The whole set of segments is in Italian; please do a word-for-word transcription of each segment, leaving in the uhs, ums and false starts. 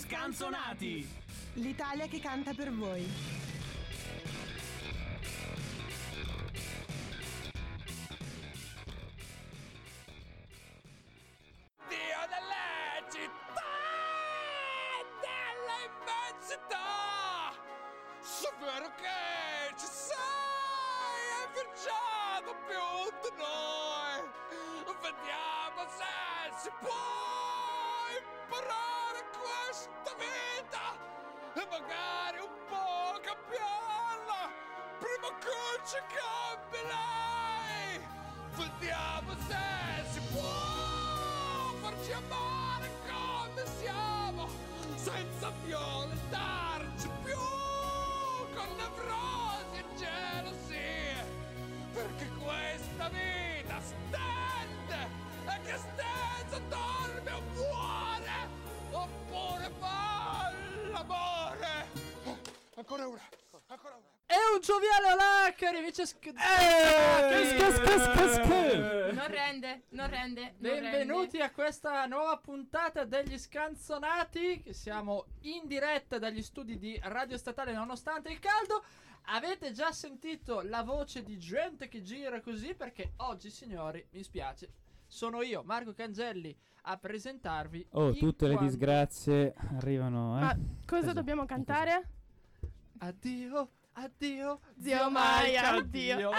Scanzonati! L'Italia che canta per voi. Dio delle città e dell'immensità, spero che ci sei e vinciamo più di noi. Vediamo se si può imparare questa vita e magari un po' cambiarla prima che ci cambi lei. Vediamo se si può farci amare come siamo, senza violentarci più con nevrosi e gelosie, perché questa vita stende e che stessa dorme o muore, oppure fa l'amore. Ancora una, ancora una. È un gioviale olà, cari amici sc- Non rende, non rende, non Benvenuti rende. a questa nuova puntata degli Scanzonati, che siamo in diretta dagli studi di Radio Statale nonostante il caldo. Avete già sentito la voce di gente che gira così, perché oggi, signori, mi spiace, sono io, Marco Cangelli, a presentarvi. Oh, tutte le quanto... disgrazie arrivano, eh. Ma cosa Esatto. dobbiamo cantare? Addio, addio, Zio Maia, addio,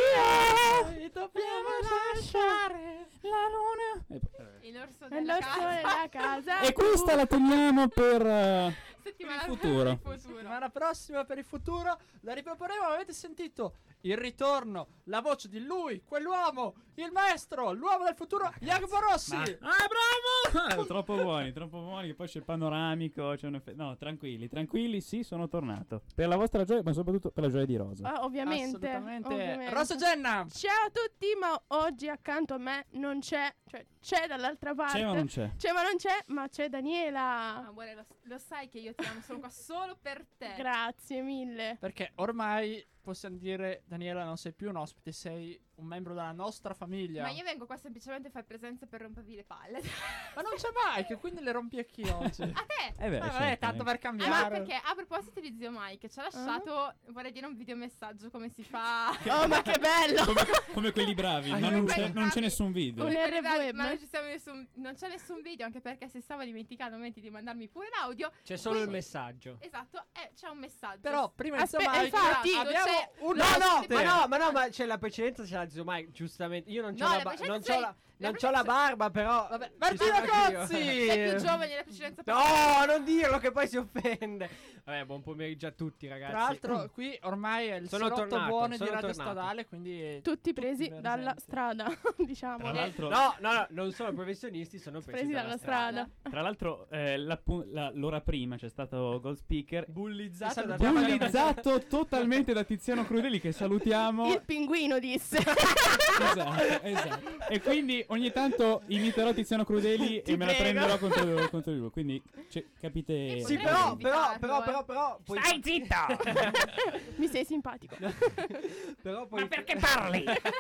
addio. Noi dobbiamo lasciare la luna. E, poi- Il orso È della l'orso casa. della casa. e questa la teniamo per eh, Settimana il futuro. per il futuro. settimana prossima per il futuro. La riproporremo. Avete sentito il ritorno, la voce di lui, quell'uomo, il maestro, l'uomo del futuro, Jacopo Rossi. Ma- Ah, bravo! Eh, troppo buoni, troppo buoni. Poi c'è il panoramico. C'è un effe- No, tranquilli, tranquilli. Sì, sono tornato. Per la vostra gioia, ma soprattutto per la gioia di Rosa. Ah, ovviamente, Assolutamente. ovviamente. Rosa Genna. Ciao a tutti, ma oggi accanto a me non c'è, cioè c'è dall'altra parte. C'è o non c'è? C'è ma non c'è, ma c'è Daniela. Amore, lo, lo sai che io ti amo, sono qua solo per te. Grazie mille. Perché ormai possiamo dire, Daniela, non sei più un ospite, sei un membro della nostra famiglia. Ma io vengo qua semplicemente a fare presenza per rompervi le palle. Ma non c'è mai, che quindi le rompi a chi oggi? A te! Eh beh, Eh, vabbè, certo, tanto eh. per Ah, cambiare. ma perché a proposito di Zio Mike ci ha lasciato, vorrei dire, un videomessaggio come si fa. Oh, ma che bello! Come, come quelli bravi, ma non c'è, non c'è nessun video. Un Come R quelli bravi, web. ma non, ci siamo nessun, non c'è nessun video, anche perché si stava dimenticando momenti di mandarmi pure l'audio. C'è solo il Quindi- messaggio. Esatto, eh, c'è un messaggio. Però prima di Aspe- Zio Mike infatti, abbiamo c'è- un No, no, ospite. ma no, ma no, ma c'è la precedenza, c'è la zio Mike, giustamente. Io non c'ho No, la, la ba- precedenza non c'ho sei- la, la non c'ho precedenza- la barba, però. Vabbè, ci Martino sono anch'io. Cozzi. Sei più giovane nella precedenza. No, non dirlo che poi si offende. Vabbè, buon pomeriggio a tutti, ragazzi. Tra l'altro qui ormai è il Sono salotto tornato, buono di sono Radio tornato. Stradale, quindi Tutti presi presenti. dalla strada, diciamo. Tra l'altro, No, no, no, non sono professionisti, sono presi, Presi dalla strada. tra l'altro eh, la pu- la- l'ora prima c'è stato Gold Speaker. Bullizzato da Salutiamo Bullizzato totalmente da Tiziano Crudeli, che salutiamo. Il pinguino disse. Esatto, esatto. E quindi ogni tanto imiterò Tiziano Crudeli Ti e me la prego. prenderò contro, contro di lui. Quindi cioè, capite. Sì, Potremmo però, però, invitarlo, però, eh. però, però, puoi- Stai zitto! Mi sei simpatico. però puoi- Ma perché parli?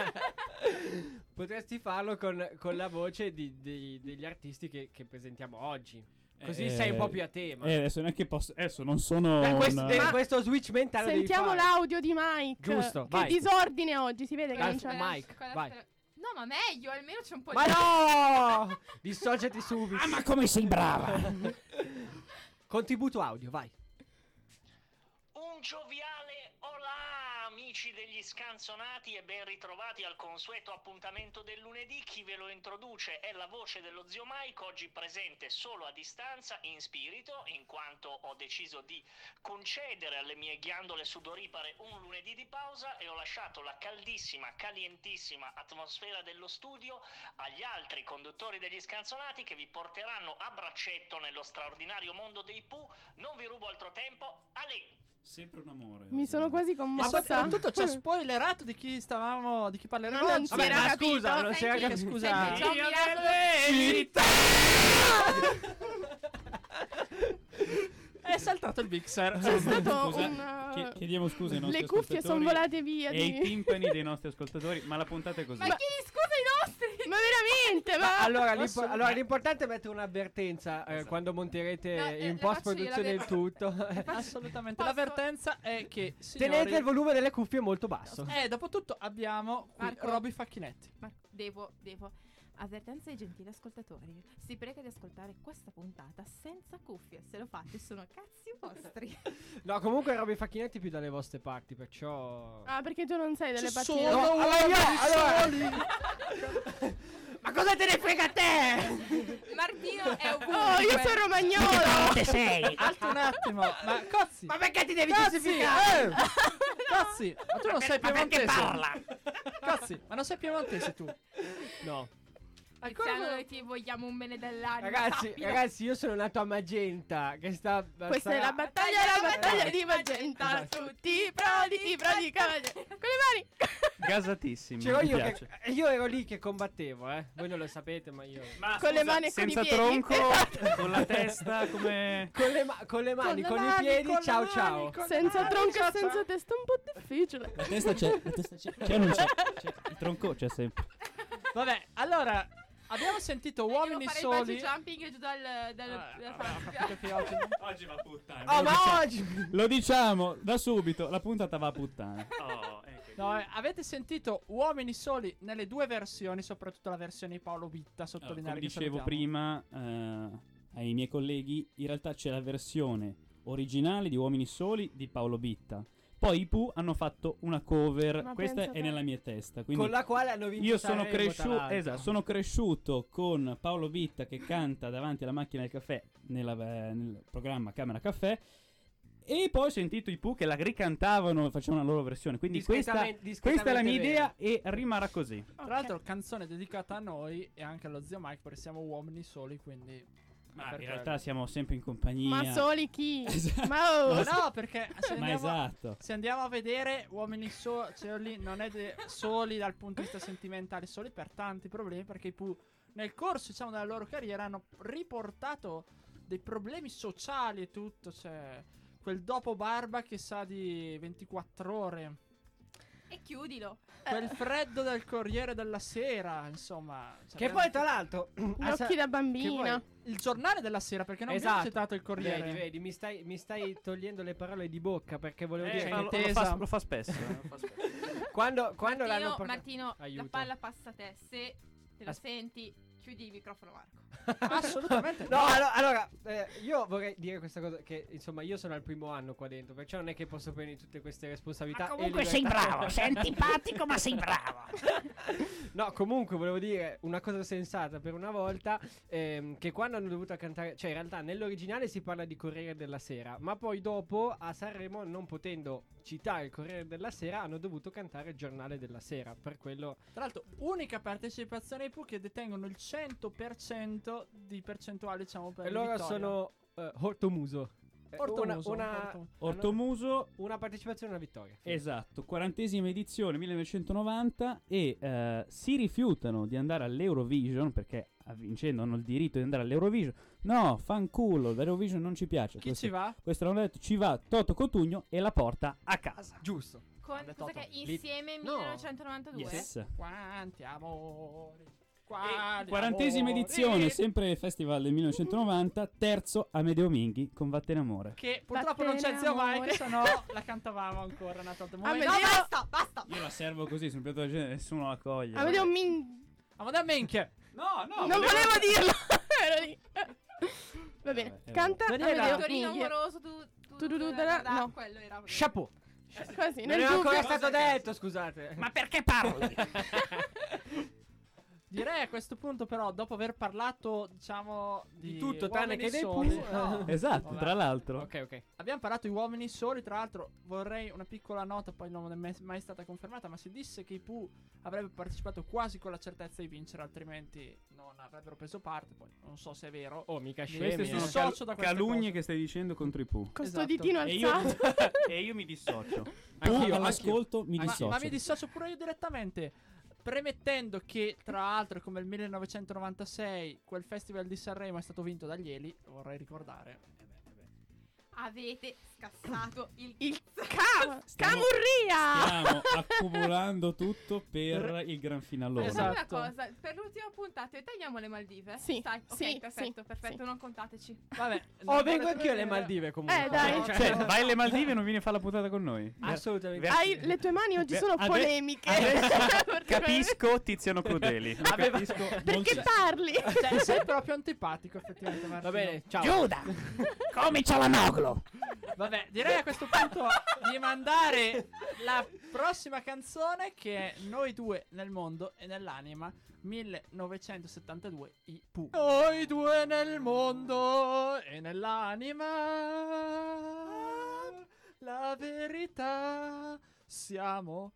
Potresti farlo con, con la voce di- di- degli artisti che, che presentiamo oggi. Così Eh, sei un po' più a tema. Eh, adesso neanche posso. Adesso non sono. Dai, questo, un- devi- Ma- questo switch mentale lo devi Sentiamo fare. l'audio di Mike. Giusto, Che vai. disordine oggi, si vede che Dai, non c'è. Mike, Con la- vai. No, ma meglio, almeno c'è un po' Ma di... no! Dissociati subito. Ah, ma come sei brava! Contributo audio, vai. Un gioviale olà, amici degli Scanzonati, e ben ritrovati al consueto appuntamento del lunedì. Chi ve lo introduce è la voce dello zio Mike, oggi presente solo a distanza, in spirito, in quanto ho deciso di concedere alle mie ghiandole sudoripare un lunedì di pausa e ho lasciato la caldissima, calientissima atmosfera dello studio agli altri conduttori degli Scanzonati, che vi porteranno a braccetto nello straordinario mondo dei Pooh. Non vi rubo altro tempo, Ale! Sempre un amore. Mi sono quasi E commossa. soprattutto ci ha spoilerato di chi stavamo, di chi parleremo Non oggi. si era ma capito. scusa, non si era Senti- capito. Scusa. senti, c'ho un miracolo- È saltato il mixer. C'è stato Scusa, un. chie- chiediamo scusa ai nostri Le cuffie sono ascoltatori volate via. e i Di... timpani dei nostri ascoltatori, ma la puntata è così. Ma chi scusa i nostri? Ma veramente, ma... Ma allora, l'impo- Posso- allora, l'importante è mettere un'avvertenza eh, Esatto. quando monterete No, eh, in le post faccio io produzione il l'avvertenza. tutto. Assolutamente. Posso- L'avvertenza è che, signori, Tenete il volume delle cuffie molto basso. Eh, dopo tutto abbiamo qui Marco. Roby Facchinetti. Ma devo, devo. Avvertenza ai gentili ascoltatori. Si prega di ascoltare questa puntata senza cuffie. Se lo fate sono cazzi vostri. No, comunque Roby Facchinetti più dalle vostre parti, perciò... Ah, perché tu non sei delle Ci partite. sono No, allora uomini io- allora- soli. Ma cosa te ne frega a te? Martino è ovunque. Oh, io sono romagnolo! sei? Alto un attimo. Ma Cozzi. Ma perché ti devi Cazzi, giustificare? eh! Cazzi, ma tu non sei piemontese. Cazzi, ma non sei piemontese tu. No. Ancora Tiziano, voi- noi ti vogliamo un bene dell'anima. Ragazzi, sappilo. ragazzi, io sono nato a Magenta, che sta... Questa è la battaglia, la battaglia di Magenta. Esatto. Tutti i prodi, i prodi cavalieri. Con le mani! Gasatissimi. C'ero mi io, piace. che, io ero lì che combattevo, eh. Voi non lo sapete, ma io... Ma Con le mani e con i senza piedi. tronco, con la testa, come... Con le, ma- con le mani, le con, mani, i piedi, con le ciao mani, ciao. con le Senza mani, tronco ciao, e senza ciao. testa è un po' difficile. La testa c'è, la testa c'è. C'è o non c'è? C'è. Il tronco c'è sempre. Vabbè, allora abbiamo sentito uomini Devo fare soli. il bungee jumping giù dal... dal, Ah, dal vabbè, ho palco. capito che oggi Oggi va a puttana. Oh, ma oggi... Lo diciamo da subito, la puntata va a puttana. Oh, ecco. No, eh, avete sentito Uomini Soli nelle due versioni, soprattutto la versione di Paolo Bitta, Allora, sottolineare come che dicevo salutiamo. prima eh, ai miei colleghi, in realtà c'è la versione originale di Uomini Soli di Paolo Bitta. Poi i Pooh hanno fatto una cover, Ma questa pensa è te. nella mia testa. Quindi Con la quale hanno vinto io sono, Sanremo, tra cresciuto, l'altro. esatto, sono cresciuto con Paolo Bitta che canta davanti alla macchina del caffè nella, eh, nel programma Camera Caffè. E poi ho sentito i Pooh che la ricantavano e facevano la loro versione. Quindi questa, Discretamente- questa è la mia discretamente idea e rimarrà così. Tra l'altro, canzone dedicata a noi e anche allo zio Mike, perché siamo uomini soli, quindi. Ma per in quello. realtà siamo sempre in compagnia. Ma soli chi? Esatto. Ma oh! Ma no, perché se Ma andiamo, esatto. se andiamo a vedere Uomini Soli, non è de- soli dal punto di vista sentimentale, soli per tanti problemi, perché i Pooh nel corso, diciamo, della loro carriera hanno riportato dei problemi sociali e tutto, cioè quel dopo barba che sa di ventiquattro ore, E chiudilo. quel freddo del Corriere della Sera, insomma. cioè, Che poi, tra l'altro... Gli a sa- occhi da che bambina. poi- il giornale della sera, perché non Esatto. abbiamo citato il Corriere. Vedi, vedi, mi stai, mi stai togliendo le parole di bocca perché volevo Eh, dire ma che lo, che lo tesa. fa, lo fa spesso. eh, lo fa spesso. quando, quando Martino, l'hanno portato... Martino, Aiuto. la palla passa a te. Se te lo As- senti, chiudi il microfono, Marco. Assolutamente. No, allo- allora, eh, io vorrei dire questa cosa, che insomma io sono al primo anno qua dentro, perciò non è che posso prendere tutte queste responsabilità. Ma e comunque sei libertà. bravo, sei antipatico ma sei bravo. No, comunque volevo dire una cosa sensata per una volta, ehm, che quando hanno dovuto cantare, cioè in realtà nell'originale si parla di Corriere della Sera, ma poi dopo a Sanremo, non potendo citare il Corriere della Sera, hanno dovuto cantare il Giornale della Sera, per quello... Tra l'altro, unica partecipazione ai Pooh che detengono il cento per cento di percentuale, diciamo, per E loro vittoria. sono eh, Ortomuso. Eh, Ortomuso, una, una, Ortomuso. Ortomuso, una partecipazione e una vittoria. Fine. esatto, quarantesima edizione millenovecentonovanta e eh, si rifiutano di andare all'Eurovision perché ah, vincendo hanno il diritto di andare all'Eurovision. No, fanculo, l'Eurovision non ci piace. Chi questo, ci va? questo l'hanno detto, ci va Toto Cotugno e la porta a casa. Giusto. Con Grande cosa Toto. che insieme No. millenovecentonovantadue. Yes. Quanti amori. Quali Quarantesima amori. edizione, sempre Festival del millenovecentonovanta, terzo Amedeo Minghi con Vattene Amore. Che purtroppo non c'è Vattene, zio Mike, amore. se no la cantavamo ancora. Una volta. Ah, No, Vediamo- basta, basta. Io la servo così sul piatto del genere, nessuno la coglie. Ah, vedi un min... Ma da minchia. No, no, Non volevo dirlo! Ero lì. Va bene, Vabbè, eh, canta Daniela. Amedeo Torino Minghi. amoroso, tu... tu, Tu, tu, tu, da- da- da- no. quello era... Chapeau. Così, Non nel è ancora dubbio. stato detto, scusate. Ma perché parli? Direi a questo punto, però, dopo aver parlato, diciamo, di, Di tutto, tranne uomini che dei soli, Pooh. no. Esatto, Vabbè. tra l'altro. Ok, ok. Abbiamo parlato di uomini soli, tra l'altro vorrei una piccola nota, poi non è mai, mai stata confermata, ma si disse che i Pooh avrebbero partecipato quasi con la certezza di vincere, altrimenti non avrebbero preso parte, poi non so se è vero. Oh, mica Queste scemi. sono eh. so- dissocio da queste calunnie cose. che stai dicendo contro i Pooh. Con sto Esatto. ditino E io, alzato. e io mi dissocio. Anch'io, Pooh, anch'io. all'ascolto mi Ma, dissocio. ma mi dissocio pure io direttamente. Premettendo che, tra l'altro, come il millenovecentonovantasei, quel festival di Sanremo è stato vinto dagli Eli, vorrei ricordare. Avete scassato il, Il ca- Camurria! Stiamo accumulando tutto per il gran finalone. Esatto. Facciamo una cosa, per l'ultima puntata tagliamo le Maldive. Sì, Stai, ok, sì, perfetto, sì, perfetto, sì. non contateci. Vabbè. Oh, vengo anch'io alle Maldive comunque. Eh, dai. Cioè, Cioè, vai alle Maldive e non vieni a fare la puntata con noi? assolutamente. Hai, le tue mani oggi sono Ade- polemiche. adesso capisco Tiziano Crudeli. Lo Aveva- capisco. Perché parli? Cioè, sei proprio antipatico, effettivamente. Va Martino. bene, ciao. Giuda, comincia la noglo. Vabbè, direi a questo punto di mandare la prossima canzone, che è Noi due nel mondo e nell'anima, millenovecentosettantadue, i Pooh. Noi due nel mondo e nell'anima, la verità siamo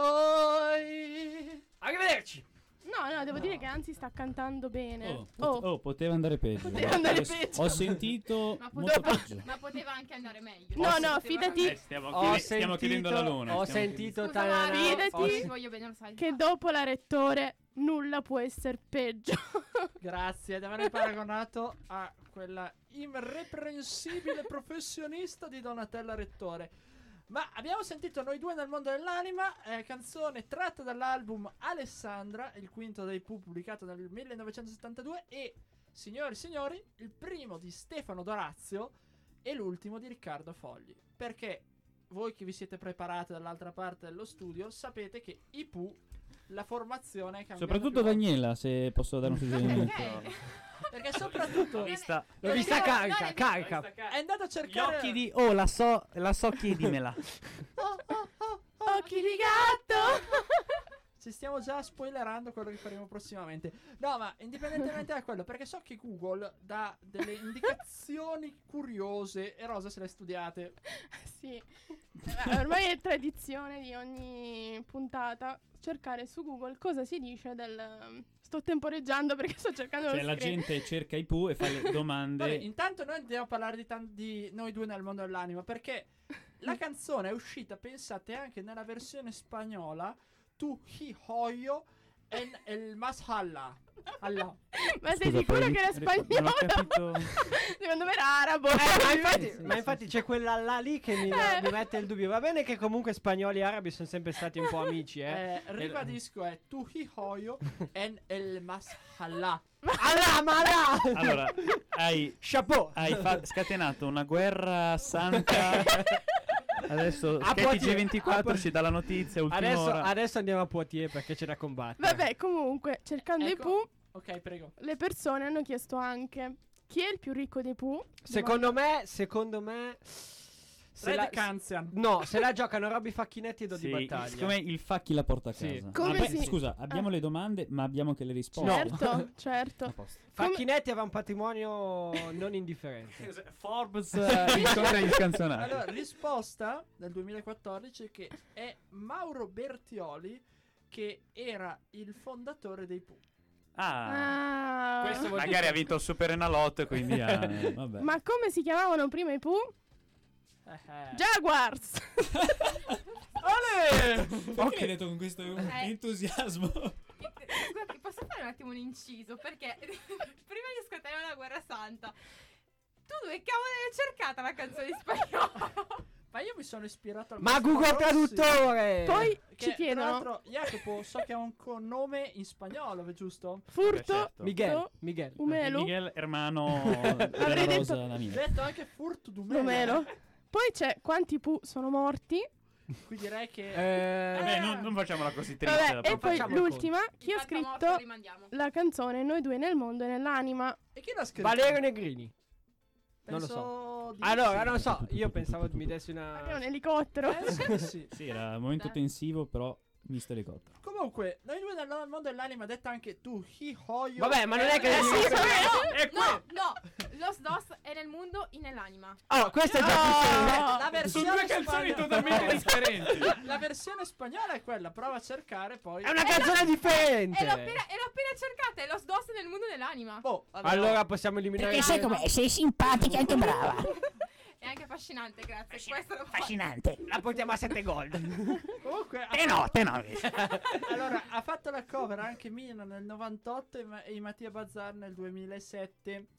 noi. Arrivederci. No, no, devo dire che anzi sta cantando bene. Oh, Oh, pot- oh, poteva andare peggio. Poteva andare Ho- peggio. Ho sentito Ma molto poteva, peggio. ma poteva anche andare meglio. No, Poteva no, anche- fidati. Eh, stiamo, Ho chiede- sentito, stiamo chiedendo la luna. Ho stiamo sentito Scusa, Tanana- Mario, Fidati. ho ti sen- voglio bene, lo sai. che dopo la rettore nulla può essere peggio. Grazie di avermi paragonato a quella irreprensibile professionista di Donatella Rettore. Ma abbiamo sentito Noi due nel mondo dell'anima, eh, canzone tratta dall'album Alessandra, il quinto dei Pooh, pubblicato nel millenovecentosettantadue, e, signori e signori, il primo di Stefano Dorazio e l'ultimo di Riccardo Fogli. Perché voi che vi siete preparati dall'altra parte dello studio sapete che i Pooh, la formazione è cambiata. Soprattutto più volte. Daniela, se posso dare un suggerimento. Perché? Perché soprattutto L'ho vista. L'ho vista No, carica, no, no, carica. è andato a Gli cercare occhi di... Oh, la so, la so, chiedimela. Oh, oh, oh, Occhi di gatto. Ci stiamo già spoilerando quello che faremo prossimamente. No, ma indipendentemente da quello, perché so che Google dà delle indicazioni curiose. E Rosa se le studiate. Sì. Eh, Ormai è tradizione di ogni puntata cercare su Google cosa si dice del... Sto temporeggiando perché sto cercando Cioè, lo la screen. gente cerca i Pooh e fa le domande. Vabbè, intanto noi andiamo a parlare di, tan- di Noi due nel mondo dell'anima. Perché la canzone è uscita, pensate, anche nella versione spagnola, Tu hi hoyo en el mas halla. Allah. Ma sei Scusa, sicuro poi- che era non ho spagnolo? capito. Secondo me era arabo. Eh, ma, infatti, ma infatti c'è quella là lì che mi, Eh. mi mette il dubbio. Va bene che comunque spagnoli e arabi sono sempre stati un po' amici, eh. Eh, ribadisco, è Tu hi hoyo en el mas halla. Allah, ma là! Allora, hai, Chapeau! hai fa- scatenato una guerra santa. Adesso A K T G Poitiers, ventiquattro a ci dà la notizia, ultima Adesso, ora. adesso andiamo a Poitiers perché c'è da combattere. Vabbè, comunque, cercando i Ecco. Pooh, Ok, prego. le persone hanno chiesto anche chi è il più ricco dei Pooh. Secondo me, secondo me... Se Red la, Canzian. no, se la giocano Robby Facchinetti e do Sì, di battaglia. siccome il Facchi la porta a Sì. casa. Come Ah, beh, si- Scusa, abbiamo Ah. le domande, ma abbiamo anche le risposte. No. Certo, certo. A posto. Facchinetti aveva un patrimonio non indifferente. Forbes eh, incontra gli scanzonati. Allora, risposta del duemilaquattordici che è Mauro Bertioli, che era il fondatore dei Pooh. Ah, Ah. Questo vuol magari dire- ha vinto il Super Enalotto, quindi ah, vabbè. Ma come si chiamavano prima i Pooh? Eh, eh. Jaguars. Ole! Perché hai detto con questo Eh. entusiasmo? Scusate, posso fare un attimo un inciso? Perché prima di ascoltare la guerra santa, tu dove cavolo hai cercata la canzone in spagnolo? Ma io mi sono ispirato al Ma Maestro Google Rossi, Traduttore! Poi che, ci tra chiedono l'altro, Jacopo, so che ha un cognome in spagnolo, giusto? furto, certo. Miguel, to- Miguel. umelo, Miguel Hermano Avrei della detto- Rosa Daniela. Detto anche furto d'umelo. umelo. Poi c'è quanti Pooh sono morti. Qui direi che... Eh, Vabbè, non, non facciamola così triste. Vabbè, la e poi facciamo il l'ultima, chi ha Infatti, morto, scritto rimandiamo. la canzone Noi due nel mondo e nell'anima. E chi l'ha scritto? Valerio Negrini. Non lo Penso so. di Allora, sì. non so, io pensavo mi dessi Abbiamo una... un elicottero. Penso di sì. Sì, era un momento Dai. tensivo, però misto elicottero. Comunque, noi due nel mondo dell'anima, detta anche tu, hi hoyo. Vabbè, ma non è che... Eh, devi- sì, È No, no, Los Dos è nel mondo e nell'anima. Oh, questa è già Oh! più semplice. La versione Sono due canzoni spagnola- totalmente differenti. La versione spagnola è quella, prova a cercare poi. È una canzone differente. E l'ho appena, e l'ho appena cercata, è Los Dos nel mondo dell'anima. Boh, vabbè, Allora possiamo eliminare... Perché sai com'è? Sei simpatica e anche brava. È anche affascinante, grazie. Questo lo faccio. Affascinante. La portiamo a sette gold. Comunque, Te no, te no. allora, ha fatto la cover anche Mina nel novantotto e, Ma- e Mattia Bazzar nel duemilasette.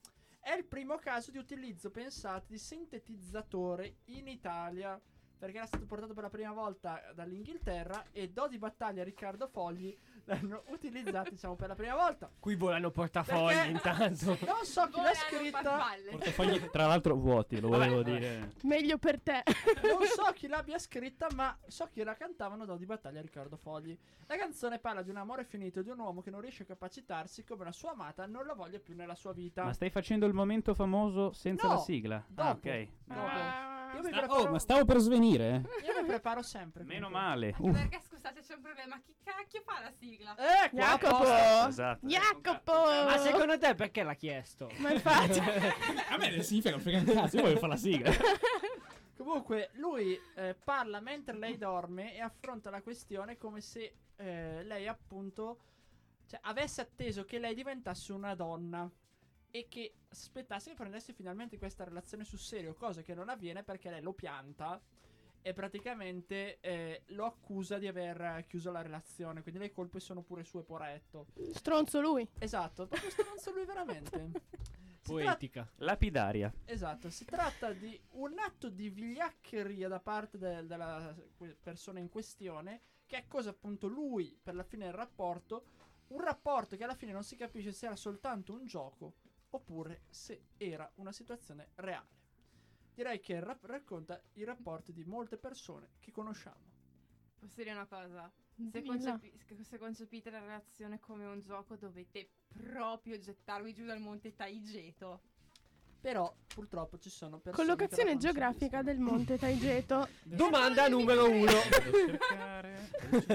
è il primo caso di utilizzo, pensate, di sintetizzatore in Italia, perché era stato portato per la prima volta dall'Inghilterra e Do di battaglia Riccardo Fogli l'hanno utilizzato, diciamo, per la prima volta. Qui volano portafogli Perché- intanto. Non so chi l'ha scritta, farfalle. Portafogli, tra l'altro, vuoti, lo volevo Vabbè, dire. Meglio per te. non so chi l'abbia scritta, ma so chi la cantavano Do di battaglia Riccardo Fogli. La canzone parla di un amore finito, di un uomo che non riesce a capacitarsi come la sua amata non la voglia più nella sua vita. Ma stai facendo il momento famoso senza No, la sigla? dopo. Ah, ok. Dopo. Ah, Io mi Sta- preparo, oh, ma stavo per svenire. eh. io mi preparo sempre. Meno comunque. male. Anche Uff. perché scusate, c'è un problema. Chi cacchio fa la sigla? Eh, qua Jacopo! apposta. Esatto. Jacopo! Ma secondo te perché l'ha chiesto? Ma infatti. A me significa non frega un cazzo, io voglio fare la sigla. Comunque, lui eh, parla mentre lei dorme e affronta la questione come se eh, lei, appunto, cioè, avesse atteso che lei diventasse una donna e che aspettasse che prendesse finalmente questa relazione sul serio, cosa che non avviene perché lei lo pianta e praticamente eh, lo accusa di aver chiuso la relazione, quindi le colpe sono pure sue, poretto. Stronzo lui. Esatto, proprio stronzo lui veramente. Si tratta- Poetica. Lapidaria. Esatto, si tratta di un atto di vigliaccheria da parte de- della que- persona in questione che accusa appunto lui per la fine del rapporto, un rapporto che alla fine non si capisce se era soltanto un gioco oppure se era una situazione reale. Direi che ra- racconta i rapporti di molte persone che conosciamo. Posso dire una cosa? Se, Dilla. concepi- se concepite la relazione come un gioco dovete proprio gettarvi giù dal monte Taigeto. Però purtroppo ci sono persone Collocazione che la geografica del concepiscono. monte Taigeto. Domanda numero uno. Devo cercare.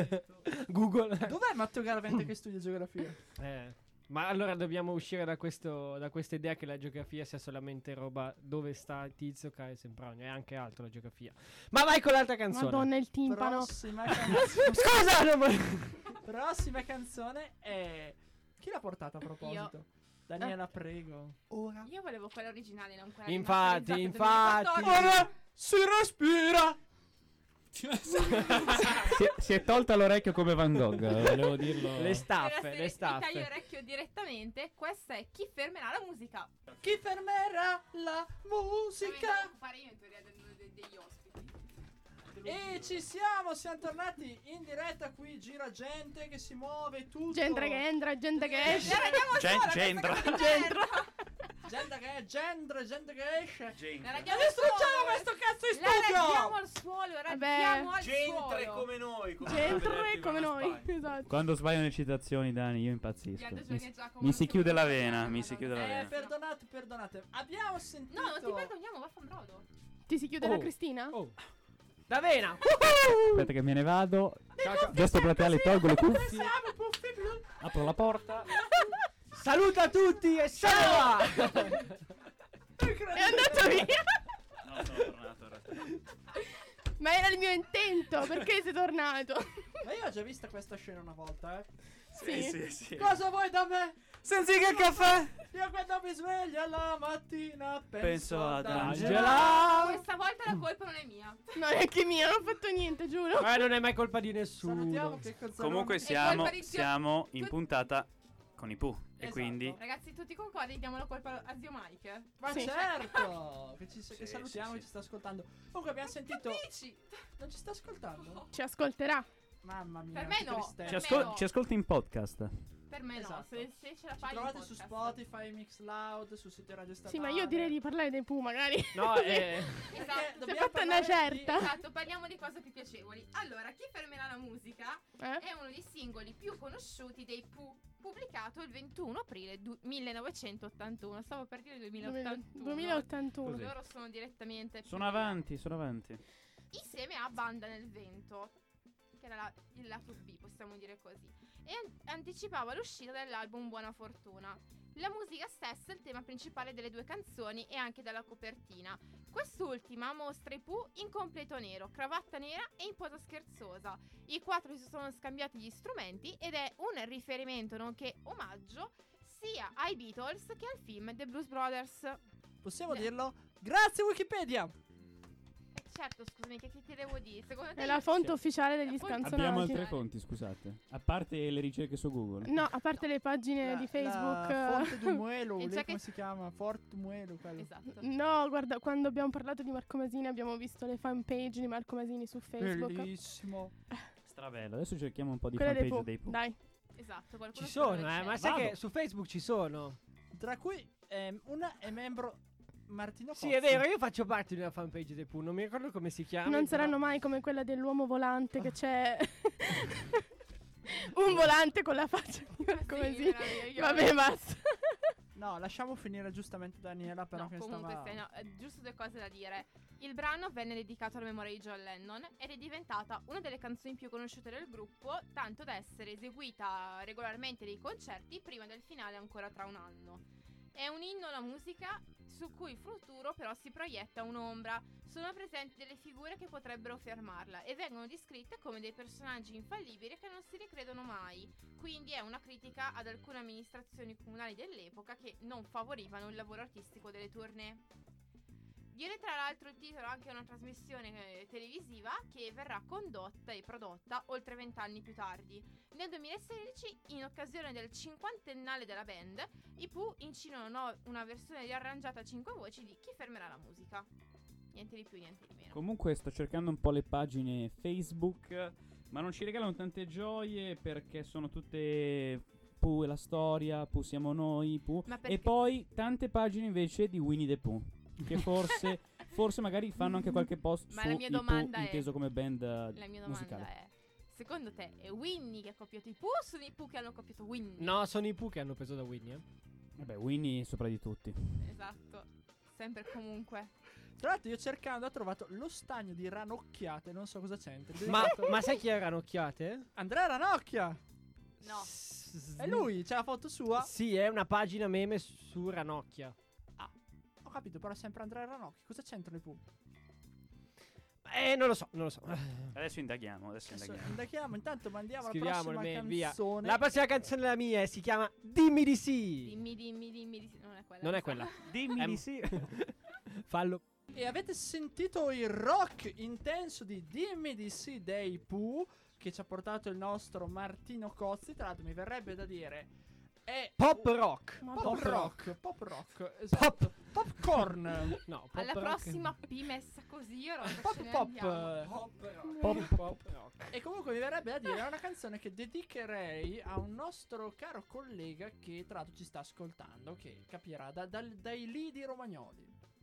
Google. Dov'è Matteo Garavente che studia geografia? Eh, ma allora dobbiamo uscire da questo da questa idea che la geografia sia solamente roba dove sta il tizio, Caio Sempronio. È anche altro la geografia. Ma vai con l'altra canzone. Madonna, il timpano. Prossima canzone. Scusa, non volevo- Prossima canzone è... Chi l'ha portata a proposito? Daniela, prego. Ora Io volevo quella originale, non quella Infatti, rimasterizzata infatti. duemilaquattordici. si respira. si, è, si è tolta l'orecchio come Van Gogh, volevo dirlo. Le staffe, Deve le essere il taglio staffe. orecchio direttamente. Questa è Chi fermerà la musica. Chi fermerà la musica? Devo fare io in teoria del- de- degli ospiti. E ci siamo, siamo tornati in diretta qui, gira gente che si muove tutto. Gente che entra, gente che esce. Ne radiamo Gen- sola, gendra. questa cosa di merda. Gente che è gente, gente che esce. La E radiamo al distruggiamo suolo. questo cazzo di La radiamo studio. al suolo, Vabbè. radiamo al suolo. noi. Gente come noi. Esatto. Quando sbagliano le citazioni, Dani, io impazzisco. Gianni Mi, e Giacomo mi si non chiude la sono vena, d'accordo, mi si chiude la madonna. Eh, vena. perdonate, perdonate. Abbiamo sentito. No, non ti perdoniamo, vaffanbrodo. Ti si chiude Oh. la Cristina? Oh. Da vena. Aspetta che me ne vado. Gesto plateale, tolgo le cuffie. Siamo puffi blu. Apro la porta. Saluta tutti e ciao. È andato via. No, sono tornato. in realtà. Ma era il mio intento. Perché sei tornato? Ma io ho già vista questa scena una volta, eh. Sì. sì. Cosa vuoi da me? Senza che caffè. Io quando mi sveglio alla mattina penso, Penso ad Angela. Questa volta la colpa non è mia. No, neanche mia, non ho fatto niente, giuro. Ma non è mai colpa di nessuno. Salutiamo che cosa Comunque È siamo, colpa di zio- siamo in tu- puntata con i Pooh. E Esatto. quindi Ragazzi, tutti concordi? Diamo la colpa a zio Mike. Ma Sì. certo! Che, ci, che Sì, salutiamo sì, e sì. ci sta ascoltando. Comunque abbiamo sentito. Dici? Non ci sta ascoltando? Ci ascolterà. Mamma mia. Per me che no. tristezza. ci, Per ascol- me no. ci ascolti in podcast. Per me Esatto. no, se, se ce la Ci fai in trovate su podcast. Spotify, Mixloud, sul sito Radio Statale. Sì, ma io direi di parlare dei Pooh, magari. No, eh, Perché Esatto. dobbiamo fatta una parlare certa. di- Esatto, parliamo di cose più piacevoli. Allora, Chi fermerà la musica Eh? è uno dei singoli più conosciuti dei Pooh, pubblicato il ventuno aprile du- millenovecentottantuno. Stavo per dire duemilaottantuno. duemilaottantuno. Così. Loro sono direttamente più Sono avanti, sono avanti. insieme a Banda nel vento, che era la- il lato B, possiamo dire così, e an- anticipava l'uscita dell'album Buona Fortuna. La musica stessa è il tema principale delle due canzoni e anche della copertina. Quest'ultima mostra i Pooh in completo nero, cravatta nera e in posa scherzosa. I quattro si sono scambiati gli strumenti ed è un riferimento nonché omaggio sia ai Beatles che al film The Blues Brothers. Possiamo Eh. dirlo? Grazie Wikipedia! E certo, scusami, che, che ti devo dire? Secondo te È la io- fonte Sì. ufficiale degli La fonte- scanzonati. Abbiamo altre fonti, scusate. A parte le ricerche su Google. No, a parte le pagine La- di Facebook. La eh, fonte du Muelo, E lì c'è come che- si chiama? Fort Muelo, quello. Esatto. No, guarda, quando abbiamo parlato di Marco Masini abbiamo visto le fanpage di Marco Masini su Facebook. Bellissimo. Stravello. Adesso cerchiamo un po' di Quelle dei fanpage Pooh. dei Pooh. Dai. Esatto, qualcuno Ci sono, scrive eh, nel ma chat. sai Vado. che su Facebook ci sono. Tra cui ehm, una è membro Martino Sì, Cozzi. è vero, io faccio parte di una fanpage dei Pooh, non mi ricordo come si chiama. Non però- saranno mai come quella dell'uomo volante che c'è un volante con la faccia di Marco Sì, Masini. meraviglioso. Vabbè, basta. No, lasciamo finire giustamente Daniela, però No, che comunque stava... sì, no, eh, giusto due cose da dire. Il brano venne dedicato alla memoria di John Lennon ed è diventata una delle canzoni più conosciute del gruppo, tanto da essere eseguita regolarmente nei concerti prima del finale ancora tra un anno. È un inno alla musica su cui il futuro però si proietta un'ombra. Sono presenti delle figure che potrebbero fermarla e vengono descritte come dei personaggi infallibili che non si ricredono mai. Quindi è una critica ad alcune amministrazioni comunali dell'epoca che non favorivano il lavoro artistico delle tournée. Viene tra l'altro il titolo anche a una trasmissione eh, televisiva che verrà condotta e prodotta oltre vent'anni più tardi. Nel duemilasedici, in occasione del cinquantennale della band, i Pooh incidono no- una versione riarrangiata a cinque voci di Chi fermerà la musica. Niente di più, niente di meno. Comunque sto cercando un po' le pagine Facebook, ma non ci regalano tante gioie perché sono tutte Pooh e la storia, Pooh siamo noi, Pooh. Ma perché- E poi tante pagine invece di Winnie the Pooh, che forse, forse magari fanno anche qualche post Ma su la mia i Pooh, domanda è- inteso come band eh, La mia domanda musicale. è: secondo te è Winnie che ha copiato i Pooh o sono i Pooh che hanno copiato Winnie? No, sono i Pooh che hanno preso da Winnie. eh. Vabbè, Winnie sopra di tutti. Esatto, sempre e comunque. Tra l'altro io cercando ho trovato lo stagno di Ranocchiate, non so cosa c'entra. Ma, Dedicato- ma sai chi è Ranocchiate? Andrea Ranocchia! No. È lui, c'è la foto sua. Sì, è una pagina meme su Ranocchia. Ho capito, però è sempre Andrea Ranocchia. Cosa c'entrano i Pooh? Eh, non lo so, non lo so. Adesso indaghiamo, adesso Adesso indaghiamo. indaghiamo, intanto mandiamo la Scriviamo prossima le mail, via. canzone. La prossima canzone è la mia e si chiama Dimmi di sì. Dimmi, dimmi, dimmi, dimmi. Non è quella. Non mi è sa. quella. Dimmi Em- di sì. Fallo. E avete sentito il rock intenso di Dimmi di sì dei Pooh, che ci ha portato il nostro Martino Cozzi. Tra l'altro mi verrebbe da dire è Pop rock. Ma pop pop rock, pop rock, esatto. Popcorn. No, pop Alla rock. prossima P messa così, io non Pop ce ne pop. andiamo. eh. Pop, pop rock. E comunque mi verrebbe da dire è una canzone che dedicherei a un nostro caro collega che tra l'altro ci sta ascoltando, che capirà da- dal- dai lidi romagnoli.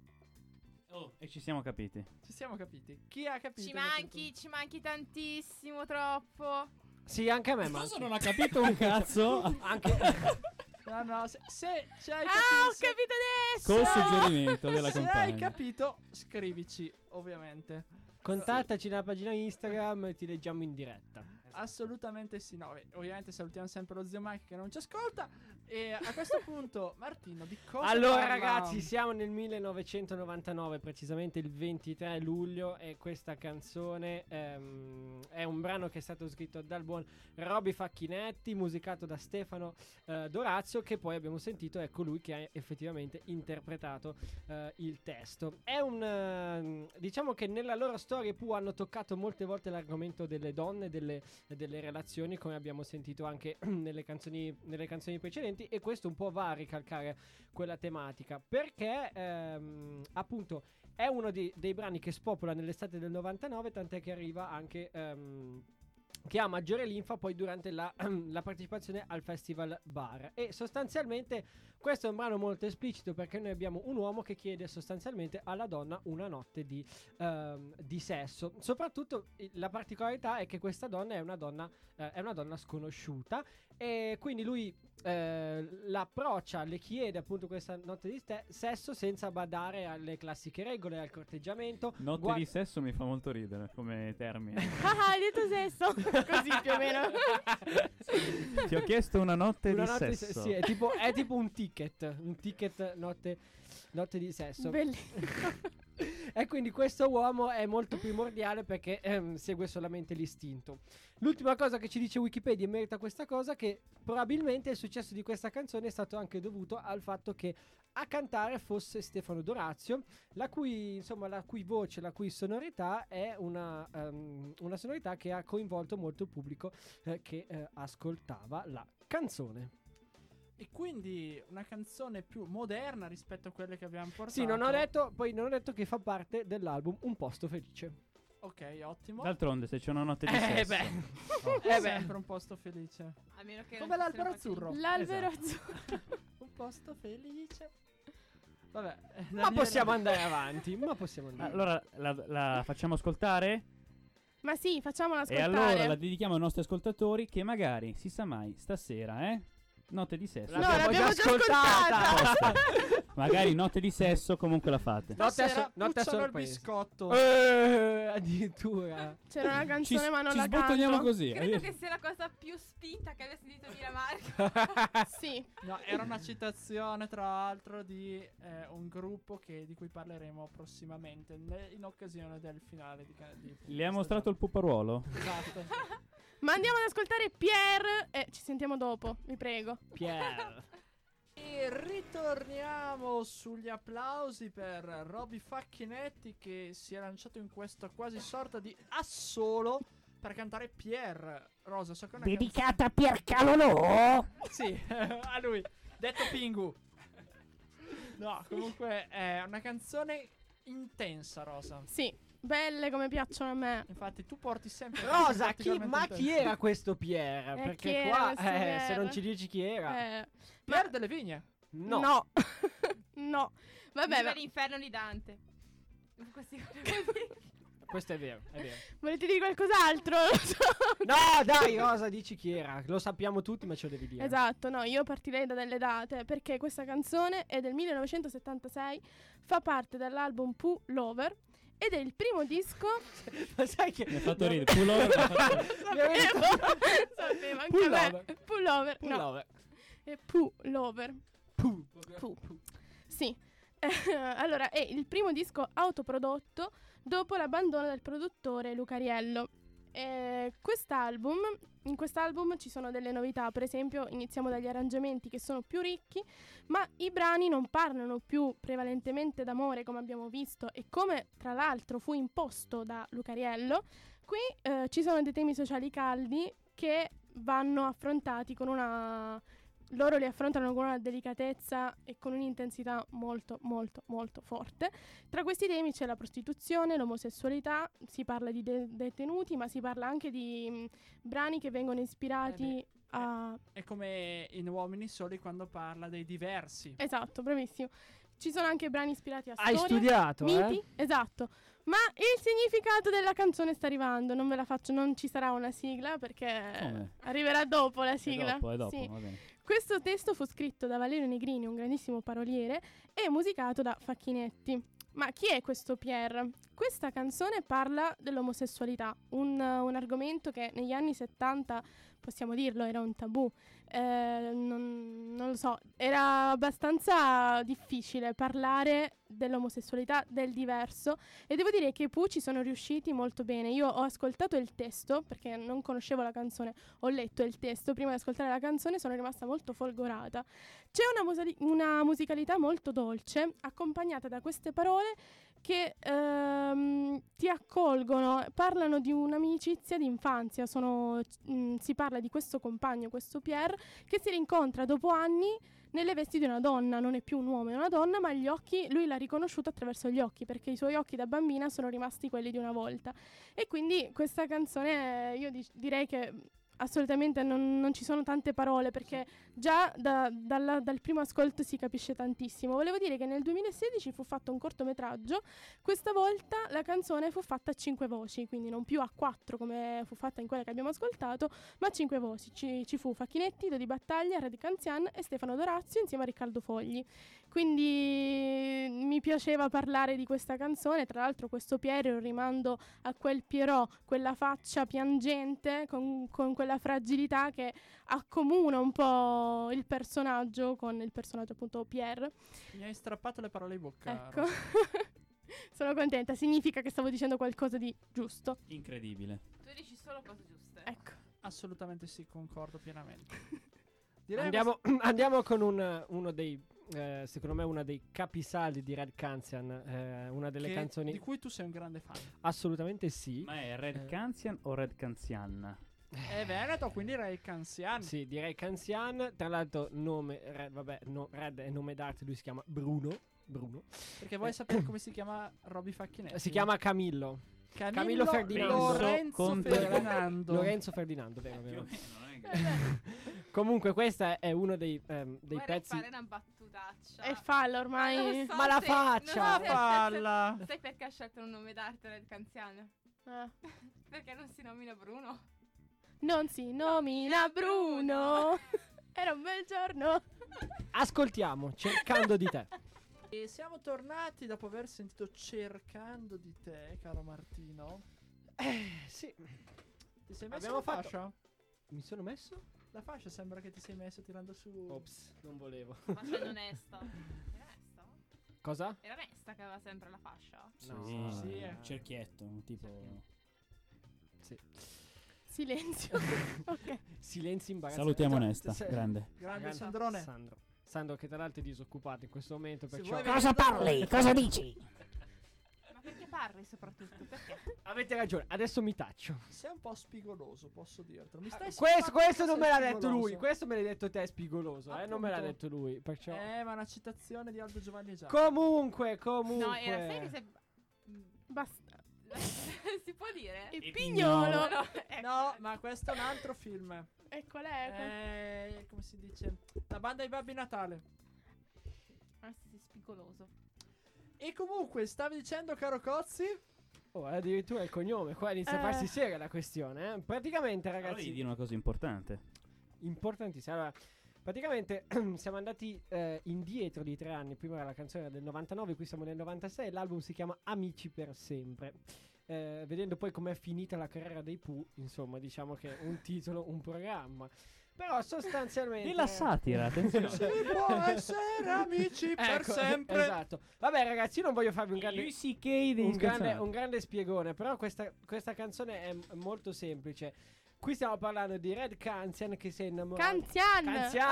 Oh, e ci siamo capiti. Ci siamo capiti? Chi ha capito? Ci manchi, ci manchi tantissimo, troppo. Sì, anche a me, ma Cosa non ha capito un cazzo? anche No, no, se, se ci hai Ah, capito, ho se- capito adesso! Col suggerimento della se hai compagna. capito, scrivici, ovviamente. contattaci nella pagina Instagram e ti leggiamo in diretta. Assolutamente sì. No, beh, ovviamente salutiamo sempre lo zio Mike che non ci ascolta. E a questo punto, Martino, di cosa Allora parla? ragazzi, siamo nel millenovecentonovantanove, precisamente il ventitré luglio, e questa canzone ehm, è un brano che è stato scritto dal buon Roby Facchinetti, musicato da Stefano eh, Dorazio, che poi abbiamo sentito è colui che ha effettivamente interpretato eh, il testo. È un ehm, diciamo che nella loro storia i Pooh hanno toccato molte volte l'argomento delle donne, delle, delle relazioni, come abbiamo sentito anche nelle canzoni, nelle canzoni precedenti, e questo un po' va a ricalcare quella tematica, perché ehm, appunto è uno dei, dei brani che spopola nell'estate del novantanove, tant'è che arriva anche ehm, che ha maggiore linfa poi durante la, la partecipazione al Festival Bar. E sostanzialmente questo è un brano molto esplicito, perché noi abbiamo un uomo che chiede sostanzialmente alla donna una notte di, ehm, di sesso. Soprattutto eh, la particolarità è che questa donna è una donna, eh, è una donna sconosciuta, e quindi lui eh, l'approccia, le chiede appunto questa notte di ste- sesso senza badare alle classiche regole, al corteggiamento. Notte Gua- di sesso mi fa molto ridere come termine. Ah, hai detto sesso. Così più o meno. Ti ho chiesto una notte Una di notte di sesso. se- sì, è tipo, è tipo un ticket, un ticket notte, notte di sesso. Bellissimo. E quindi questo uomo è molto primordiale perché ehm, segue solamente l'istinto. L'ultima cosa che ci dice Wikipedia in merito a questa cosa è che probabilmente il successo di questa canzone è stato anche dovuto al fatto che a cantare fosse Stefano Dorazio, la cui, insomma, la cui voce, la cui sonorità è una, um, una sonorità che ha coinvolto molto il pubblico eh, che eh, ascoltava la canzone. E quindi una canzone più moderna rispetto a quelle che abbiamo portato. Sì, non ho detto, poi non ho detto che fa parte dell'album Un posto felice. Ok, ottimo. D'altronde, se c'è una notte di Eh sesso. beh. Oh, Eh beh. sempre un posto felice. A meno che Come non l'albero fossero azzurro. L'albero Esatto. azzurro. Un posto felice. Vabbè. eh, Ma Daniele- possiamo andare avanti, ma possiamo andare Allora, la, la facciamo ascoltare? Ma sì, facciamola E ascoltare. allora la dedichiamo ai nostri ascoltatori che magari, si sa mai, stasera, eh? Notte di sesso. No, l'abbiamo già ascoltata. Magari notte di sesso comunque la fate. Notte a, Stasera so- notte a pucciano il sorpresa. biscotto. Eh, addirittura. C'era una canzone Ci, ma non ci la sbottoniamo canto. così. Credo che sia la cosa più spinta che abbia sentito dire Marco. Sì. No, era una citazione tra l'altro di eh, un gruppo che, di cui parleremo prossimamente ne- in occasione del finale di, ca- di Gli ha mostrato il puparuolo? Esatto. Ma andiamo ad ascoltare Pierre e ci sentiamo dopo, vi prego. Pierre. E ritorniamo sugli applausi per Robby Facchinetti che si è lanciato in questa quasi sorta di assolo per cantare Pierre. Rosa, so che è una Dedicata a Piercalolò. canzone- Sì, a lui, detto Pingu. No, comunque è una canzone intensa, Rosa. Sì, belle come piacciono a me. Infatti tu porti sempre Rosa, chi, particolarmente ma chi intense. era questo Pierre? Eh, Perché chi era qua, questo eh, Pierre? se non ci dici chi era, Eh, Pierre delle Vigne. no. no. No. Vabbè, Viva ma l'inferno di Dante. Questi così. Questo è vero, è vero. volete dire qualcos'altro? Non lo so. No, dai, Rosa, dici chi era. Lo sappiamo tutti, ma ce lo devi dire. Esatto, no, io partirei da delle date perché questa canzone è del millenovecentosettantasei, fa parte dell'album Pooh Lover ed è il primo disco. Ma sai che Mi ha fatto ridere. Pullover mi ha fatto ridere. Sapevo, sapevo anche a me. Pullover. Pooh Lover, no, Pullover. è Pooh Lover. Puh. Puh. Sì. Eh, allora, è il primo disco autoprodotto dopo l'abbandono del produttore Lucariello. Eh, quest'album, in quest'album ci sono delle novità, per esempio iniziamo dagli arrangiamenti che sono più ricchi, ma i brani non parlano più prevalentemente d'amore come abbiamo visto e come tra l'altro fu imposto da Lucariello. Qui eh, ci sono dei temi sociali caldi che vanno affrontati con una... loro li affrontano con una delicatezza e con un'intensità molto molto molto forte. Tra questi temi c'è la prostituzione, l'omosessualità, si parla di de- detenuti, ma si parla anche di mh, brani che vengono ispirati Eh a... È come in Uomini Soli quando parla dei diversi. Esatto, bravissimo. Ci sono anche brani ispirati a Hai storie, studiato, miti, eh? esatto. Ma il significato della canzone sta arrivando, non ve la faccio, non ci sarà una sigla perché Come? arriverà dopo la È sigla. dopo, è dopo, Sì. va bene. Questo testo fu scritto da Valerio Negrini, un grandissimo paroliere, e musicato da Facchinetti. Ma chi è questo Pierre? Questa canzone parla dell'omosessualità, un, un argomento che negli anni settanta, possiamo dirlo, era un tabù. Eh, non, non lo so, era abbastanza difficile parlare dell'omosessualità, del diverso, e devo dire che i Pooh ci sono riusciti molto bene. Io ho ascoltato il testo perché non conoscevo la canzone, ho letto il testo prima di ascoltare la canzone, sono rimasta molto folgorata. C'è una, musali- una musicalità molto dolce accompagnata da queste parole che ehm, ti accolgono, parlano di un'amicizia d'infanzia, sono, mh, si parla di questo compagno, questo Pierre, che si rincontra dopo anni nelle vesti di una donna, non è più un uomo, è una donna, ma gli occhi, lui l'ha riconosciuto attraverso gli occhi, perché i suoi occhi da bambina sono rimasti quelli di una volta. E quindi questa canzone, io di- direi che assolutamente non, non ci sono tante parole, perché già da- dalla- dal primo ascolto si capisce tantissimo. Volevo dire che nel duemilasedici fu fatto un cortometraggio, questa volta la canzone fu fatta a cinque voci, quindi non più a quattro come fu fatta in quella che abbiamo ascoltato, ma a cinque voci. Ci, ci fu Facchinetti, Dodi Battaglia, Radi Canzian e Stefano Dorazio insieme a Riccardo Fogli. Quindi mi piaceva parlare di questa canzone. Tra l'altro questo Pierre è un rimando a quel Pierrot, quella faccia piangente con, con quella fragilità che accomuna un po' il personaggio con il personaggio appunto Pierre. Mi hai strappato le parole in bocca. Ecco. Rosa. Sono contenta, significa che stavo dicendo qualcosa di giusto. Incredibile. Tu dici solo cose giuste. Ecco. Assolutamente sì, concordo pienamente. Direi Andiamo, andiamo con un, uno dei, eh, secondo me, uno dei capisaldi di Red Canzian. Eh, una delle che- canzoni. di cui tu sei un grande fan. Assolutamente sì. Ma è Red Eh. Canzian o Red Canzian? È Veneto, quindi Ray Canzian. Sì, direi Canzian. Tra l'altro, nome. Red, vabbè, no, Red è nome d'arte. Lui si chiama Bruno. Bruno. Perché vuoi sapere come si chiama Robby Facchinetti? Si chiama Camillo. Camillo, Camillo Ferdinando. Lorenzo Conte- Ferdinando. Lorenzo Ferdinando, vero, Più o vero. meno, non è che- Comunque, questo è uno dei, ehm, dei Vorrei pezzi. fare una battutaccia. E fallo Ma ormai. non so Ma la se- faccia! non so se- Palla. Sai perché ha scelto un nome d'arte Red Canziano? Ah. Perché non si nomina Bruno? Non si nomina Bruno. Era un bel giorno. Ascoltiamo, cercando di te. E siamo tornati dopo aver sentito Cercando di te, caro Martino. Eh, sì. Ti sei messo Abbiamo la fatto- fascia? Mi sono messo? La fascia sembra che ti sei messo tirando su. Ops, non volevo. Faccia onesta. Era onesta? Cosa? Era onesta che aveva sempre la fascia? No. Sì, Sì, eh. cerchietto, tipo... Sì. Silenzio. Ok. Silenzi imbarazzanti. Salutiamo Cioè, Onesta, se- grande. Grande Ragazzi, Sandrone. Sandro. Sandro che tra l'altro è disoccupato in questo momento, Se perciò vuoi Cosa parli? Cosa dici? Ma perché parli soprattutto? Perché? avete ragione. Adesso mi taccio. Sei un po' spigoloso, posso dirtelo. Mi stai Questo, simpatico, questo non sei me l'ha detto spigoloso. lui. Questo me l'hai detto te, spigoloso. Eh? Non me l'ha Appunto. detto lui. Perciò. Eh, ma una citazione di Aldo Giovanni Già. Comunque, comunque. No, era sai che se... Basta. si può dire? Il E pignolo. pignolo. No, ecco. No, ma questo è un altro film. E qual è? Qual- Eh, come si dice? La banda dei Babbi Natale. Adesso sei spigoloso. E comunque, stavi dicendo, caro Cozzi? Oh, addirittura il cognome. Qua inizia a Eh. farsi seria la questione. Eh? Praticamente, Allora ragazzi. devi dire una cosa importante. Importantissimo. Allora, praticamente siamo andati eh, indietro di tre anni. Prima era la canzone del novantanove, qui siamo nel novantasei. L'album si chiama Amici per sempre. Eh, vedendo poi com'è finita la carriera dei Pooh, insomma, diciamo che un titolo, un programma. Però sostanzialmente. E la satira, attenzione. Si può essere amici per Ecco, sempre. Esatto. Vabbè, ragazzi, io non voglio farvi un grande. Louis C K degli Un grande, scanzonati. un grande spiegone, però questa, questa canzone è m- molto semplice. Qui stiamo parlando di Red Canzian che si è innamorato. Canzian. Canzian.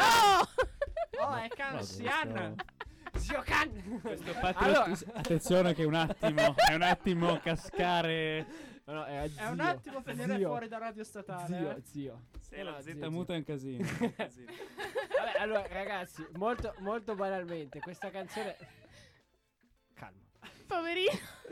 Oh! Oh, è Canzian. Zio Can. Questo patriot- Allora, Attenzione che un attimo, è un attimo cascare. no, no, era È un zio. attimo finire Zio. fuori da radio statale. Zio, eh. zio. Se No, la no, Z zio, muta è un casino. è un casino. Vabbè, allora, ragazzi, molto, molto banalmente, questa canzone. Calma. Poverino.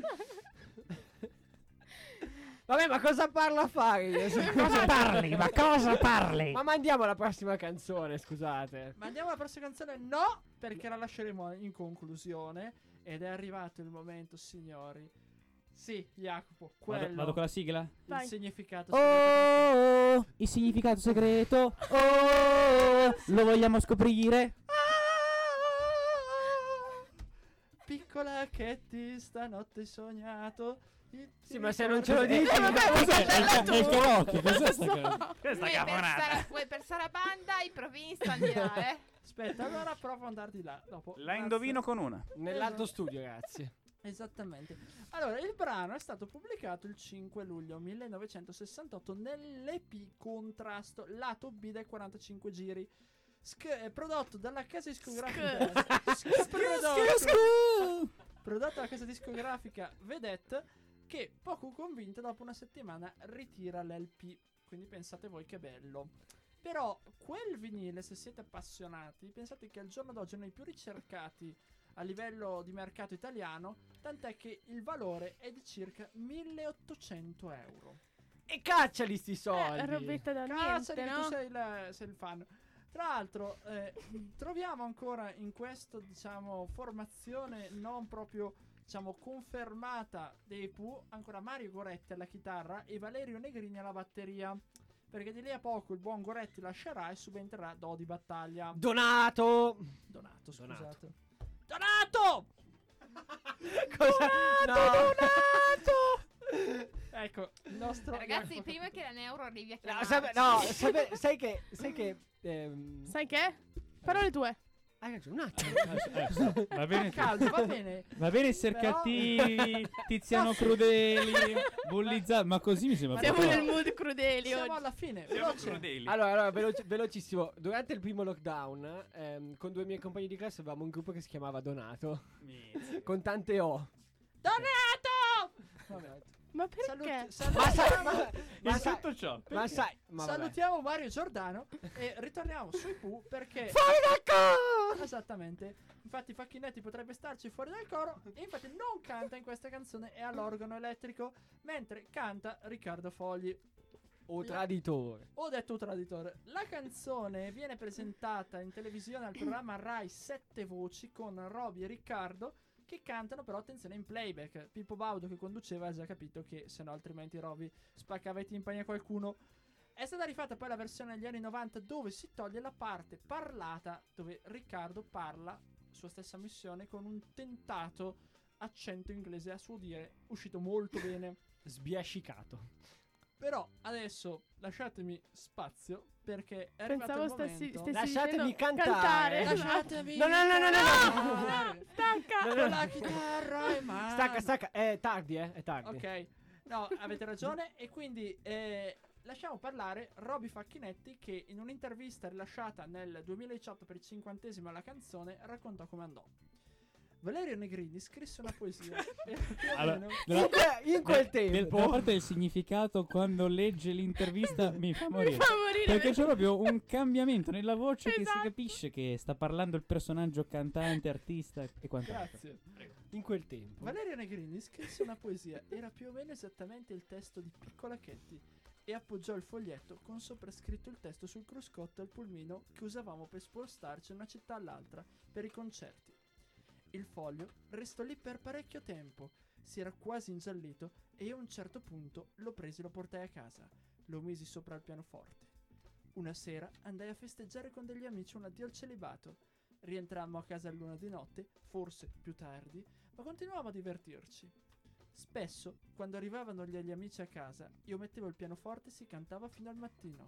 Vabbè, ma cosa parlo a fare io? Cosa parli? Ma cosa parli? Ma mandiamo alla prossima canzone, scusate. Ma andiamo alla prossima canzone? No, perché la lasceremo in conclusione. Ed è arrivato il momento, signori. Sì, Jacopo, quello. Vado, vado con la sigla? Il Vai. significato segreto. Oh, il significato segreto. Oh, lo vogliamo scoprire. Piccola che ti stanotte hai sognato. Sì, ma se non ce lo dici. Eh, vabbè, Cos'è? cantella È il tu. karaoke, cos'è sta cosa? Questa Quindi per caponata. Sara, que- per Sarabanda i provini stanno di là, eh. Aspetta, allora provo ad andare di là. Dopo. La Basta. indovino con una. Nell'alto studio, ragazzi. Esattamente. Allora, il brano è stato pubblicato il cinque luglio millenovecentosessantotto nell'E P Contrasto, lato B dai quarantacinque giri. Sc- eh, prodotto dalla casa discografica. Sc- prodotto, prodotto dalla casa discografica Vedette, che poco convinta dopo una settimana ritira l'L P. Quindi pensate voi che bello. Però quel vinile, se siete appassionati, pensate che al giorno d'oggi è uno dei più ricercati a livello di mercato italiano, tant'è che il valore è di circa milleottocento euro. E cacciali sti soldi. Eh, robetta da Cazzo, niente, che no? tu sei il, sei il fan. Tra l'altro, eh, troviamo ancora in questo, diciamo, formazione non proprio, diciamo, confermata dei Pooh, ancora Mario Goretti alla chitarra e Valerio Negrini alla batteria. Perché di lì a poco il buon Goretti lascerà e subentrerà Dodi Battaglia. Donato. Donato, scusate. Donato. Donato! Cosa? Donato! Ecco, il nostro Ragazzi, Jacopo- prima che la Neuro arrivi a No, chiamarci. sape- no, sape- sai che. Sai che. ehm, Sai che? Parole tue. Hai ragione, un attimo. Eh, va bene, Caldo, va bene. va bene essere Però- cattivi, Tiziano Crudeli, bullizzato, ma così mi sembra Siamo proprio- nel mood crudeli Siamo oggi. alla fine. Siamo veloce. crudeli. Allora, allora veloci- velocissimo. Durante il primo lockdown, ehm, con due miei compagni di classe avevamo un gruppo che si chiamava Donato. Con tante O. Donato! Vabbè. Ma perché? Salut- Ma sai, salutiamo, ma, ma In sai, tutto ciò. ma sai, ma vabbè. salutiamo Mario Giordano e ritorniamo sui Pooh perché Fuori dal coro! esattamente. Infatti Facchinetti potrebbe starci fuori dal coro e infatti non canta in questa canzone, è all'organo elettrico, mentre canta Riccardo Fogli. O traditore. Ho detto traditore. La canzone viene presentata in televisione al programma Rai Sette Voci con Roby e Riccardo che cantano però attenzione in playback. Pippo Baudo che conduceva ha già capito che se no altrimenti Roby spaccava i timpani a qualcuno. È stata rifatta poi la versione negli anni novanta dove si toglie la parte parlata dove Riccardo parla sua stessa missione con un tentato accento inglese a suo dire uscito molto bene. Sbiascicato. Però adesso lasciatemi spazio perché è arrivato Pensavo il stessi, momento. stessi Lasciatemi dicendo cantare. Lasciatemi No, no, no, no, no, no. cantare Stacca! No, no, con no. la chitarra in mano. Stacca, stacca. È tardi, eh. È tardi. Ok, no, avete ragione. E quindi eh, lasciamo parlare Roby Facchinetti che in un'intervista rilasciata nel duemiladiciotto per il cinquantesimo alla canzone raccontò come andò. Valerio Negrini scrisse una poesia. e più o Allora, meno- nella- In, que- in quel nel- tempo. nella parte del significato quando legge l'intervista mi fa Mi morire. fa morire. Perché c'è proprio un cambiamento nella voce che si Esatto. capisce che sta parlando il personaggio cantante, artista e quant'altro. Grazie. In quel tempo. Valerio Negrini scrisse una poesia, era più o meno esattamente il testo di Piccola Chetti e appoggiò il foglietto con sopra scritto il testo sul cruscotto al pulmino che usavamo per spostarci da una città all'altra per i concerti. Il foglio restò lì per parecchio tempo, si era quasi ingiallito e io a un certo punto lo presi e lo portai a casa, lo misi sopra il pianoforte. Una sera andai a festeggiare con degli amici un addio al celibato. Rientrammo a casa all'una di notte, forse più tardi, ma continuavamo a divertirci. Spesso, quando arrivavano gli, gli amici a casa, io mettevo il pianoforte e si cantava fino al mattino.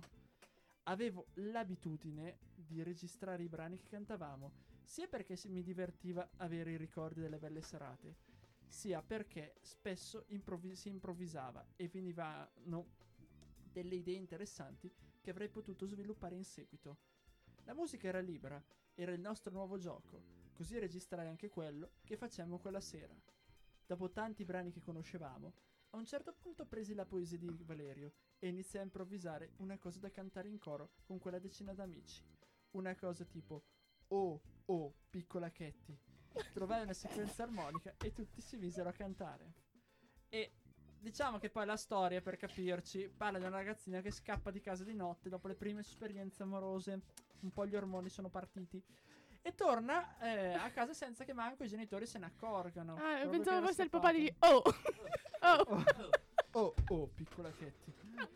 Avevo l'abitudine di registrare i brani che cantavamo, sia perché si mi divertiva avere i ricordi delle belle serate, sia perché spesso improvvi- si improvvisava e venivano delle idee interessanti che avrei potuto sviluppare in seguito. La musica era libera, era il nostro nuovo gioco, così registrai anche quello che facemmo quella sera. Dopo tanti brani che conoscevamo, a un certo punto presi la poesia di Valerio e iniziai a improvvisare una cosa da cantare in coro con quella decina d'amici. Una cosa tipo "Oh, oh, piccola Chetti". Trovai una sequenza armonica e tutti si misero a cantare. E diciamo che poi la storia, per capirci, parla di una ragazzina che scappa di casa di notte dopo le prime esperienze amorose. Un po' gli ormoni sono partiti. E torna eh, a casa senza che manco i genitori se ne accorgano. Ah, Proprio che pensavo era fosse il scappato. papà di... Oh! Oh! Oh, oh, piccola Chetti.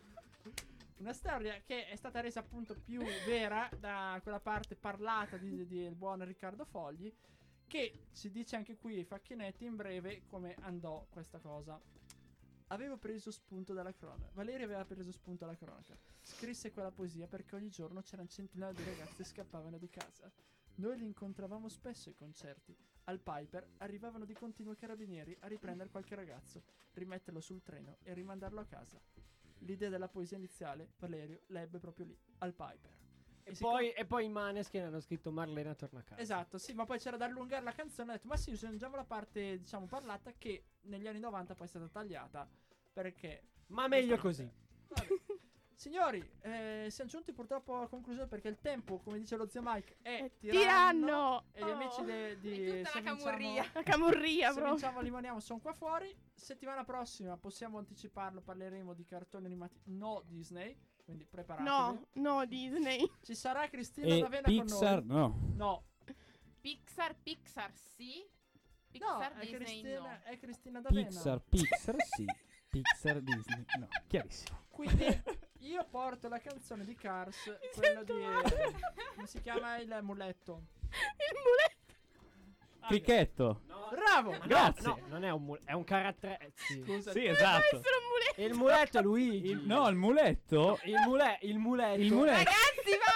Una storia che è stata resa appunto più vera da quella parte parlata di, di il buon Riccardo Fogli, che ci dice anche qui Facchinetti in breve come andò questa cosa. Avevo preso spunto dalla cronaca. Valerio aveva preso spunto dalla cronaca. Scrisse quella poesia perché ogni giorno c'erano centinaia di ragazze che scappavano di casa. Noi li incontravamo spesso ai concerti. Al Piper arrivavano di continuo i carabinieri a riprendere qualche ragazzo, rimetterlo sul treno e rimandarlo a casa. L'idea della poesia iniziale Valerio l'ebbe proprio lì, al Piper. E, siccome- poi, e poi i Maneskin hanno scritto Marlena torna a casa. Esatto, sì, ma poi c'era da allungare la canzone. Ho detto, ma sì, usiamo la parte, diciamo, parlata che negli anni novanta poi è stata tagliata. Perché... Ma meglio così. Vabbè. Signori, eh, siamo giunti purtroppo alla conclusione perché il tempo, come dice lo zio Mike, è È tiranno. tiranno! E gli Oh. amici de- di... Di tutta se la vinciamo- camurria. La camurria, Se proprio. vinciamo limoniamo sono qua fuori. Settimana prossima possiamo anticiparlo, parleremo di cartoni animati no Disney. Quindi preparatevi. No, no, Disney. Ci sarà Cristina E D'Avena Pixar, con noi. no. No, Pixar, Pixar sì. no, Pixar è Disney Cristina, no. è Cristina D'Avena. Pixar, Pixar, sì. Pixar, Disney, no. Chiarissimo. Quindi io porto la canzone di Cars, quella di... come si chiama il muletto? Il muletto. Cricchetto. Bravo! Grazie. No, non è un muletto, è un carattere. Sì. Scusa. Sì, esatto. Essere un muletto. E il muletto è Luigi. Il- no, il muletto. il, mule- il muletto. Il muletto. Ragazzi, basta!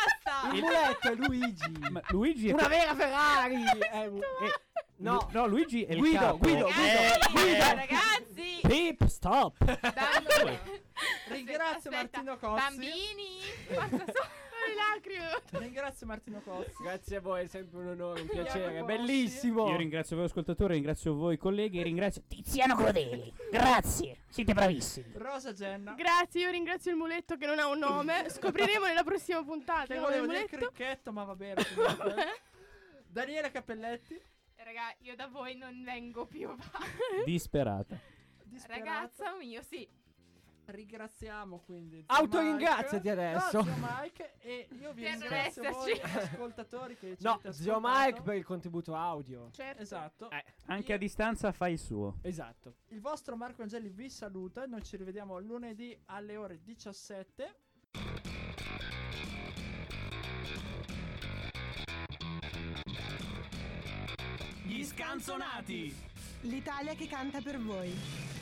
Il muletto è Luigi. Ma Luigi è Una vera Ferrari. È un- Eh, No. no, Luigi è il Guido, capo. Guido, Ragazzi, Guido. ragazzi. Pip, stop. Bambini. Ringrazio Aspetta, Martino Cozzi. Bambini. Forza su. Le lacrime. Ringrazio Martino Cozzi. Grazie a voi, è sempre un onore, un Jacopo piacere. Rossi. Bellissimo. Io ringrazio voi ascoltatori, ringrazio voi colleghi e ringrazio Tiziano Crudeli. Grazie, siete bravissimi. Rosa Genna. Grazie, io ringrazio il muletto che non ha un nome. Scopriremo nella prossima puntata. Io il nome del volevo dire muletto. cricchetto, ma va bene. comunque. Daniele Cappelletti. Raga, io da voi non vengo più. disperata. Disperata. Ragazza mio, sì. Ringraziamo quindi Zio Autoringraziati Mike. adesso. No, Zio Mike, e io vi Per ringrazio non voi esserci. ascoltatori che ci No, avete zio ascoltato. Mike per il contributo audio. Certo. Esatto. Eh, Anche a distanza fa il suo. esatto. Il vostro Marco Angeli vi saluta. Noi ci rivediamo lunedì alle ore diciassette. Gli scanzonati. L'Italia che canta per voi.